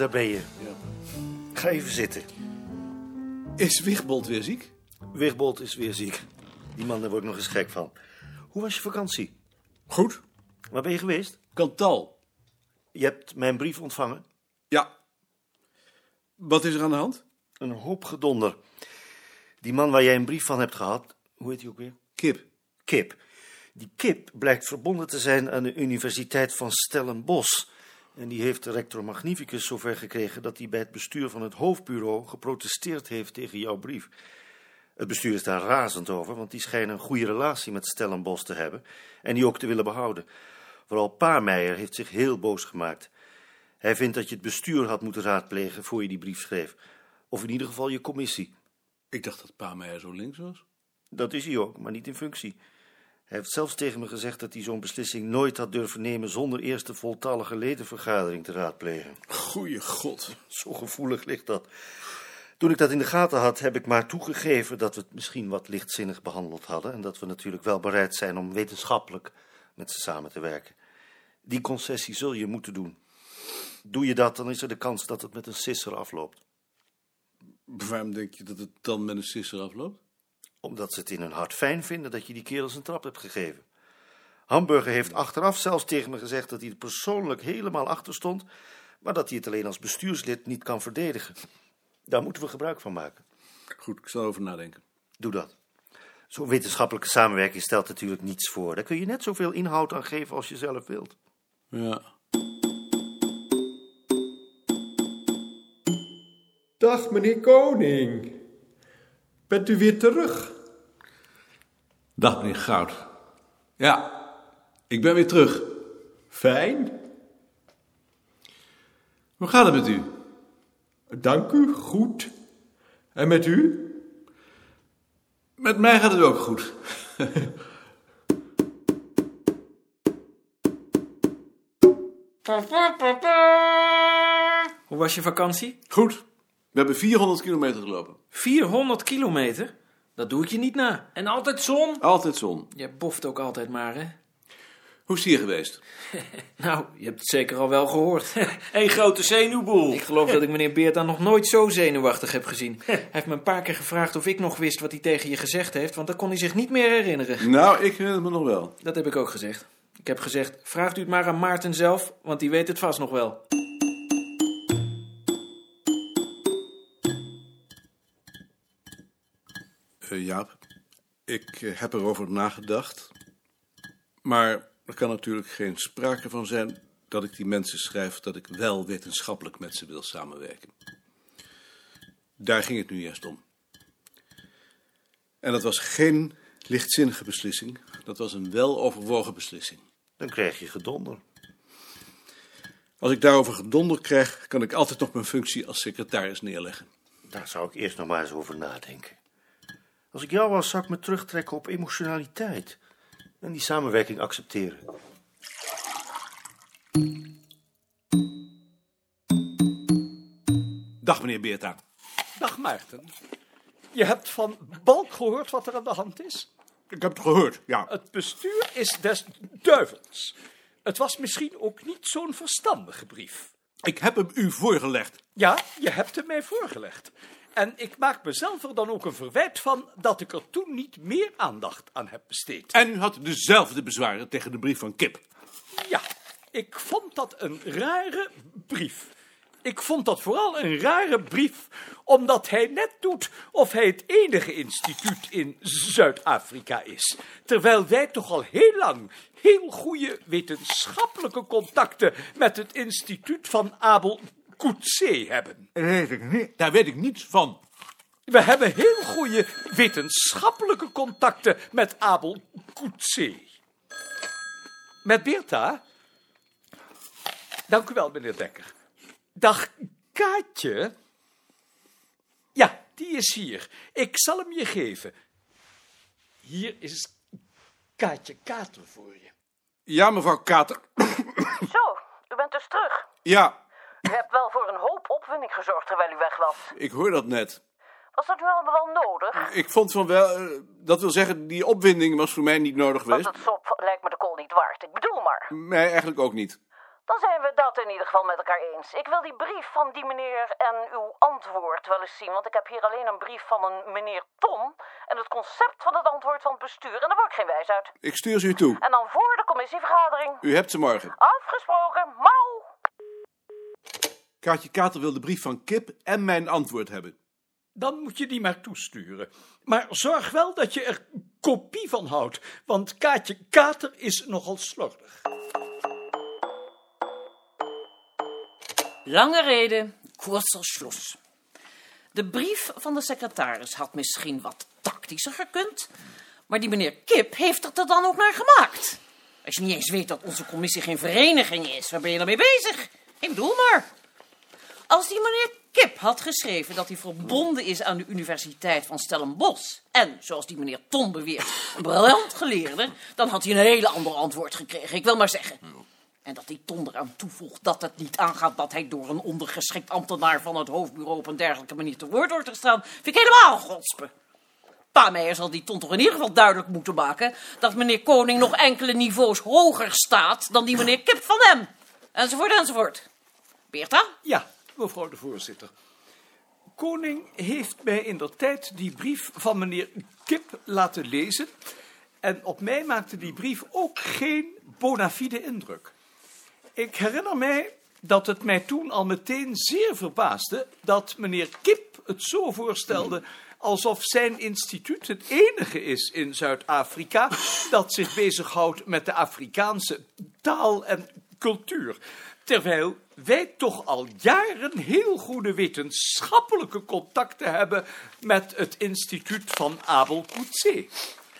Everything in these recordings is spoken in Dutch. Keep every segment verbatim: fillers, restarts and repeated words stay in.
daar ben je. Ja. Ga even zitten. Is Wigbold weer ziek? Wigbold is weer ziek. Die man, daar word ik nog eens gek van. Hoe was je vakantie? Goed. Waar ben je geweest? Kantal. Je hebt mijn brief ontvangen? Ja. Wat is er aan de hand? Een hoop gedonder. Die man waar jij een brief van hebt gehad, hoe heet hij ook weer? Kip. Kip. Die Kip blijkt verbonden te zijn aan de Universiteit van Stellenbosch. En die heeft de rector magnificus zover gekregen dat hij bij het bestuur van het hoofdbureau geprotesteerd heeft tegen jouw brief. Het bestuur is daar razend over, want die schijnen een goede relatie met Stellenbosch te hebben en die ook te willen behouden. Vooral Paarmeijer heeft zich heel boos gemaakt. Hij vindt dat je het bestuur had moeten raadplegen voor je die brief schreef. Of in ieder geval je commissie. Ik dacht dat Paarmeijer zo links was. Dat is hij ook, maar niet in functie. Hij heeft zelfs tegen me gezegd dat hij zo'n beslissing nooit had durven nemen zonder eerst de voltallige ledenvergadering te raadplegen. Goeie god. Zo gevoelig ligt dat. Toen ik dat in de gaten had, heb ik maar toegegeven dat we het misschien wat lichtzinnig behandeld hadden en dat we natuurlijk wel bereid zijn om wetenschappelijk met ze samen te werken. Die concessie zul je moeten doen. Doe je dat, dan is er de kans dat het met een sisser afloopt. Waarom denk je dat het dan met een sisser afloopt? Omdat ze het in hun hart fijn vinden dat je die kerels een trap hebt gegeven. Hamburger heeft achteraf zelfs tegen me gezegd dat hij er persoonlijk helemaal achter stond, maar dat hij het alleen als bestuurslid niet kan verdedigen. Daar moeten we gebruik van maken. Goed, ik zal erover nadenken. Doe dat. Zo'n wetenschappelijke samenwerking stelt natuurlijk niets voor. Daar kun je net zoveel inhoud aan geven als je zelf wilt. Ja. Dag, meneer Koning. Bent u weer terug? Dag, meneer Goud. Ja, ik ben weer terug. Fijn. Hoe gaat het met u? Dank u, goed. En met u? Met mij gaat het ook goed. Hoe was je vakantie? Goed. We hebben vierhonderd kilometer gelopen. vierhonderd kilometer? Dat doe ik je niet na. En altijd zon? Altijd zon. Je boft ook altijd maar, hè? Hoe is het hier geweest? Nou, je hebt het zeker al wel gehoord. Een grote zenuwboel. Ik geloof dat ik meneer Beerta nog nooit zo zenuwachtig heb gezien. Hij heeft me een paar keer gevraagd of ik nog wist wat hij tegen je gezegd heeft, want dat kon hij zich niet meer herinneren. Nou, ik herinner me nog wel. Dat heb ik ook gezegd. Ik heb gezegd, vraagt u het maar aan Maarten zelf, want die weet het vast nog wel. Uh, Jaap, ik uh, heb erover nagedacht. Maar er kan natuurlijk geen sprake van zijn dat ik die mensen schrijf dat ik wel wetenschappelijk met ze wil samenwerken. Daar ging het nu eerst om. En dat was geen lichtzinnige beslissing. Dat was een weloverwogen beslissing. Dan krijg je gedonder. Als ik daarover gedonder krijg, kan ik altijd nog mijn functie als secretaris neerleggen. Daar zou ik eerst nog maar eens over nadenken. Als ik jou was, zou ik me terugtrekken op emotionaliteit. En die samenwerking accepteren. Dag, meneer Beerta. Dag Maarten. Je hebt van Balk gehoord wat er aan de hand is? Ik heb het gehoord, ja. Het bestuur is des duivels. Het was misschien ook niet zo'n verstandige brief. Ik heb hem u voorgelegd. Ja, je hebt hem mij voorgelegd. En ik maak mezelf er dan ook een verwijt van dat ik er toen niet meer aandacht aan heb besteed. En u had dezelfde bezwaren tegen de brief van Kip. Ja, ik vond dat een rare brief. Ik vond dat vooral een rare brief, omdat hij net doet of hij het enige instituut in Zuid-Afrika is. Terwijl wij toch al heel lang heel goede wetenschappelijke contacten met het instituut van Abel Coetzee hebben. Dat weet ik niet. Daar weet ik niets van. We hebben heel goede wetenschappelijke contacten met Abel Coetzee. Met Beerta? Dank u wel, meneer Dekker. Dag, Kaatje. Ja, die is hier. Ik zal hem je geven. Hier is Kaatje Kater voor je. Ja, mevrouw Kater. Zo, u bent dus terug. Ja, U hebt wel voor een hoop opwinding gezorgd terwijl u weg was. ik hoor dat net. Was dat nu allemaal wel nodig? Ik vond van wel, uh, dat wil zeggen, die opwinding was voor mij niet nodig Want geweest. het sop lijkt me de kool niet waard. Ik bedoel maar. Mij eigenlijk ook niet. Dan zijn we dat in ieder geval met elkaar eens. Ik wil die brief van die meneer en uw antwoord wel eens zien, want ik heb hier alleen een brief van een meneer Tom en het concept van het antwoord van het bestuur en daar word ik geen wijs uit. Ik stuur ze u toe. En dan voor de commissievergadering. U hebt ze morgen. Afgesproken, mauw! Kaatje Kater wil de brief van Kip en mijn antwoord hebben. Dan moet je die maar toesturen. Maar zorg wel dat je er kopie van houdt, want Kaatje Kater is nogal slordig. Lange rede, kurzer Schluss. De brief van de secretaris had misschien wat tactischer gekund, maar die meneer Kip heeft het er dan ook naar gemaakt. Als je niet eens weet dat onze commissie geen vereniging is, waar ben je dan mee bezig? Ik bedoel maar. Als die meneer Kip had geschreven dat hij verbonden is aan de Universiteit van Stellenbosch en, zoals die meneer Tom beweert, een briljant geleerde, dan had hij een hele ander antwoord gekregen. Ik wil maar zeggen. En dat die Ton eraan toevoegt dat het niet aangaat dat hij door een ondergeschikt ambtenaar van het hoofdbureau op een dergelijke manier te woord wordt gestaan, vind ik helemaal godspe. Pa Meijer zal die Ton toch in ieder geval duidelijk moeten maken dat meneer Koning nog enkele niveaus hoger staat dan die meneer Kip van hem. Enzovoort, enzovoort. Beerta? Ja, mevrouw de voorzitter. Koning heeft mij indertijd die brief van meneer Kip laten lezen en op mij maakte die brief ook geen bona fide indruk. Ik herinner mij dat het mij toen al meteen zeer verbaasde dat meneer Kip het zo voorstelde alsof zijn instituut het enige is in Zuid-Afrika dat zich bezighoudt met de Afrikaanse taal en cultuur. Terwijl wij toch al jaren heel goede wetenschappelijke contacten hebben met het instituut van Abel Coetzee.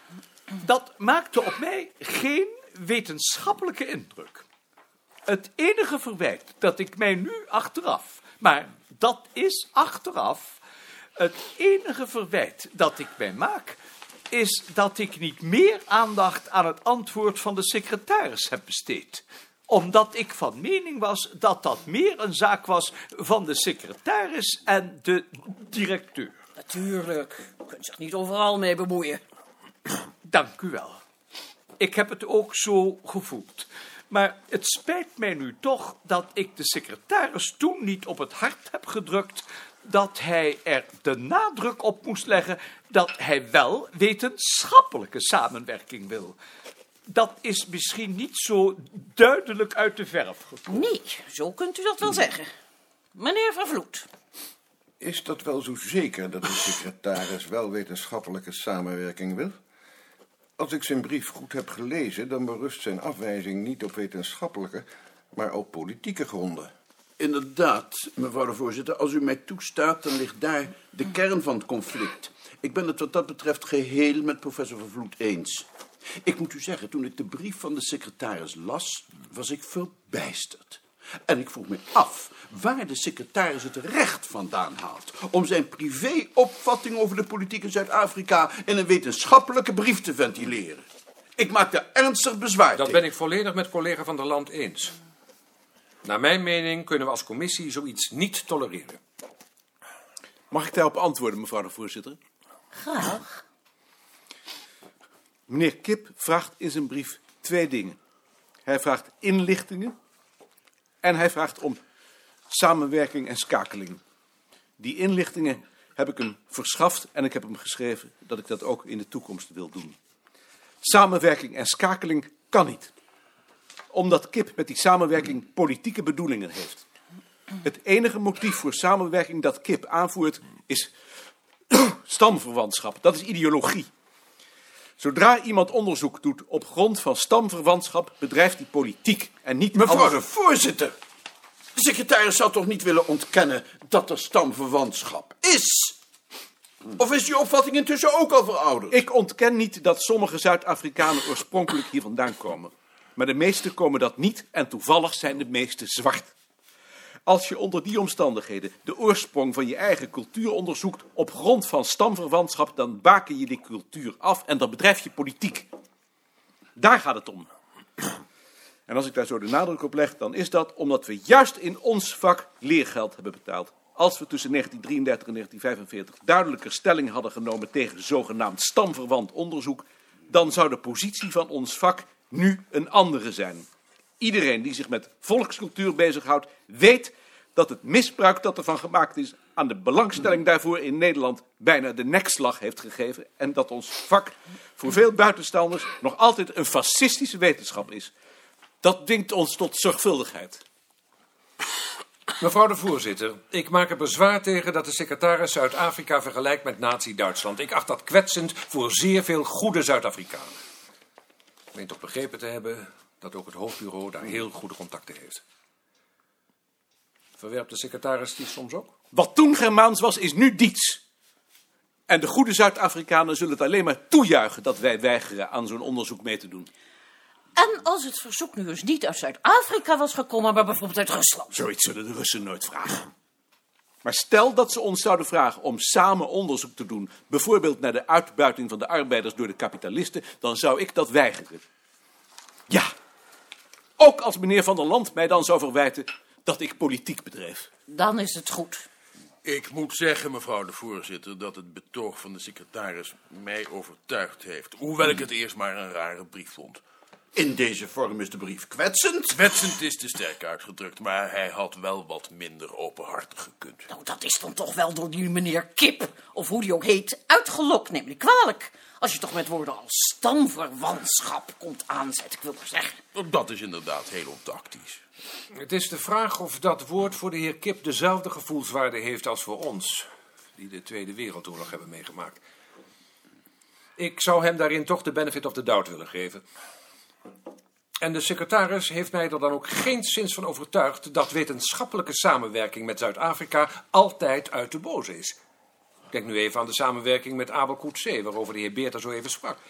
Dat maakte op mij geen wetenschappelijke indruk. Het enige verwijt dat ik mij nu achteraf, maar dat is achteraf, het enige verwijt dat ik mij maak, is dat ik niet meer aandacht aan het antwoord van de secretaris heb besteed. Omdat ik van mening was dat dat meer een zaak was van de secretaris en de directeur. Natuurlijk. Je kunt zich niet overal mee bemoeien. Dank u wel. Ik heb het ook zo gevoeld. Maar het spijt mij nu toch dat ik de secretaris toen niet op het hart heb gedrukt dat hij er de nadruk op moest leggen dat hij wel wetenschappelijke samenwerking wil. Dat is misschien niet zo duidelijk uit de verf gekomen. Nee, zo kunt u dat wel zeggen. Meneer Vervloed. Is dat wel zo zeker dat de secretaris wel wetenschappelijke samenwerking wil? Als ik zijn brief goed heb gelezen, dan berust zijn afwijzing niet op wetenschappelijke, maar op politieke gronden. Inderdaad, mevrouw de voorzitter, als u mij toestaat, dan ligt daar de kern van het conflict. Ik ben het wat dat betreft geheel met professor Vervloed eens. Ik moet u zeggen, toen ik de brief van de secretaris las, was ik verbijsterd. En ik vroeg me af waar de secretaris het recht vandaan haalt om zijn privéopvatting over de politiek in Zuid-Afrika in een wetenschappelijke brief te ventileren. Ik maak daar ernstig bezwaar Dat tegen. ben ik volledig met collega Van der Land eens. Naar mijn mening kunnen we als commissie zoiets niet tolereren. Mag ik daarop antwoorden, mevrouw de voorzitter? Graag. Meneer Kip vraagt in zijn brief twee dingen. Hij vraagt inlichtingen en hij vraagt om samenwerking en schakeling. Die inlichtingen heb ik hem verschaft en ik heb hem geschreven dat ik dat ook in de toekomst wil doen. Samenwerking en schakeling kan niet. Omdat Kip met die samenwerking politieke bedoelingen heeft. Het enige motief voor samenwerking dat Kip aanvoert is stamverwantschap. Dat is ideologie. Zodra iemand onderzoek doet op grond van stamverwantschap, bedrijft hij politiek en niet Mevrouw andere- de voorzitter, de secretaris zou toch niet willen ontkennen dat er stamverwantschap is? Of is die opvatting intussen ook al verouderd? Ik ontken niet dat sommige Zuid-Afrikanen oorspronkelijk hier vandaan komen. Maar de meeste komen dat niet en toevallig zijn de meeste zwart. Als je onder die omstandigheden de oorsprong van je eigen cultuur onderzoekt op grond van stamverwantschap, dan baken je die cultuur af en dan bedrijf je politiek. Daar gaat het om. En als ik daar zo de nadruk op leg, dan is dat omdat we juist in ons vak leergeld hebben betaald. Als we tussen negentien drieëndertig en negentien vijfenveertig duidelijker stelling hadden genomen tegen zogenaamd stamverwant onderzoek, dan zou de positie van ons vak nu een andere zijn. Iedereen die zich met volkscultuur bezighoudt, weet dat het misbruik dat ervan gemaakt is aan de belangstelling daarvoor in Nederland bijna de nekslag heeft gegeven en dat ons vak voor veel buitenstaanders nog altijd een fascistische wetenschap is. Dat dwingt ons tot zorgvuldigheid. Mevrouw de voorzitter, ik maak er bezwaar tegen dat de secretaris Zuid-Afrika vergelijkt met Nazi-Duitsland. Ik acht dat kwetsend voor zeer veel goede Zuid-Afrikanen. Ik meen toch begrepen te hebben dat ook het hoofdbureau daar heel goede contacten heeft. Verwerpt de secretaris die soms ook? Wat toen Germaans was, is nu Diets. En de goede Zuid-Afrikanen zullen het alleen maar toejuichen dat wij weigeren aan zo'n onderzoek mee te doen. En als het verzoek nu eens niet uit Zuid-Afrika was gekomen, maar bijvoorbeeld uit Rusland? Zoiets zullen de Russen nooit vragen. Maar stel dat ze ons zouden vragen om samen onderzoek te doen, bijvoorbeeld naar de uitbuiting van de arbeiders door de kapitalisten, dan zou ik dat weigeren. Ja, ook als meneer Van der Land mij dan zou verwijten dat ik politiek bedreef. Dan is het goed. Ik moet zeggen, mevrouw de voorzitter, dat het betoog van de secretaris mij overtuigd heeft. Hoewel ik het eerst maar een rare brief vond. In deze vorm is de brief kwetsend. Kwetsend is te sterk uitgedrukt, maar hij had wel wat minder openhartig gekund. Nou, dat is dan toch wel door die meneer Kip, of hoe die ook heet, uitgelokt. Neem me niet kwalijk. Als je toch met woorden als stamverwantschap komt aanzetten, ik wil maar zeggen. Dat is inderdaad heel ontactisch. Het is de vraag of dat woord voor de heer Kip dezelfde gevoelswaarde heeft als voor ons, die de Tweede Wereldoorlog hebben meegemaakt. Ik zou hem daarin toch de benefit of the doubt willen geven. En de secretaris heeft mij er dan ook geenszins van overtuigd dat wetenschappelijke samenwerking met Zuid-Afrika altijd uit de boze is. Ik denk nu even aan de samenwerking met Abel Coetzee, waarover de heer Beerta zo even sprak.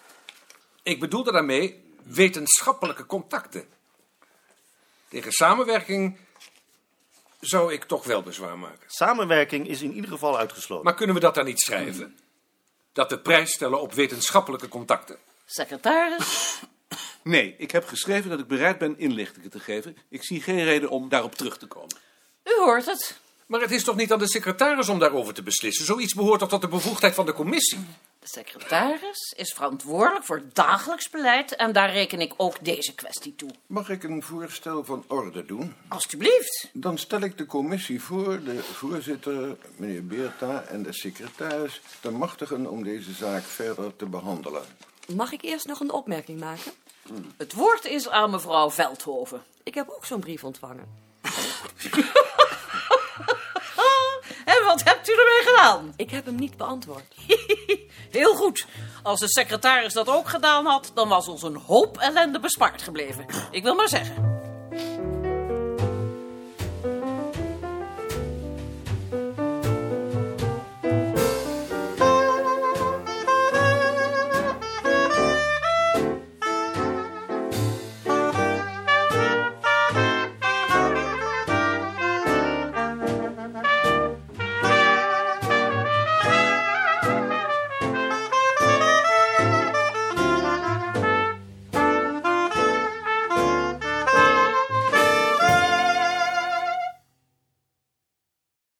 Ik bedoelde daarmee wetenschappelijke contacten. Tegen samenwerking zou ik toch wel bezwaar maken. Samenwerking is in ieder geval uitgesloten. Maar kunnen we dat dan niet schrijven? Dat we prijs stellen op wetenschappelijke contacten? Secretaris? Nee, ik heb geschreven dat ik bereid ben inlichtingen te geven. Ik zie geen reden om daarop terug te komen. U hoort het. Maar het is toch niet aan de secretaris om daarover te beslissen? Zoiets behoort toch tot de bevoegdheid van de commissie? De secretaris is verantwoordelijk voor het dagelijks beleid en daar reken ik ook deze kwestie toe. Mag ik een voorstel van orde doen? Alsjeblieft. Dan stel ik de commissie voor de voorzitter, meneer Beerta en de secretaris te machtigen om deze zaak verder te behandelen. Mag ik eerst nog een opmerking maken? Hmm. Het woord is aan mevrouw Veldhoven. Ik heb ook zo'n brief ontvangen. En wat hebt u ermee gedaan? Ik heb hem niet beantwoord. Heel goed. Als de secretaris dat ook gedaan had, dan was ons een hoop ellende bespaard gebleven. Ik wil maar zeggen.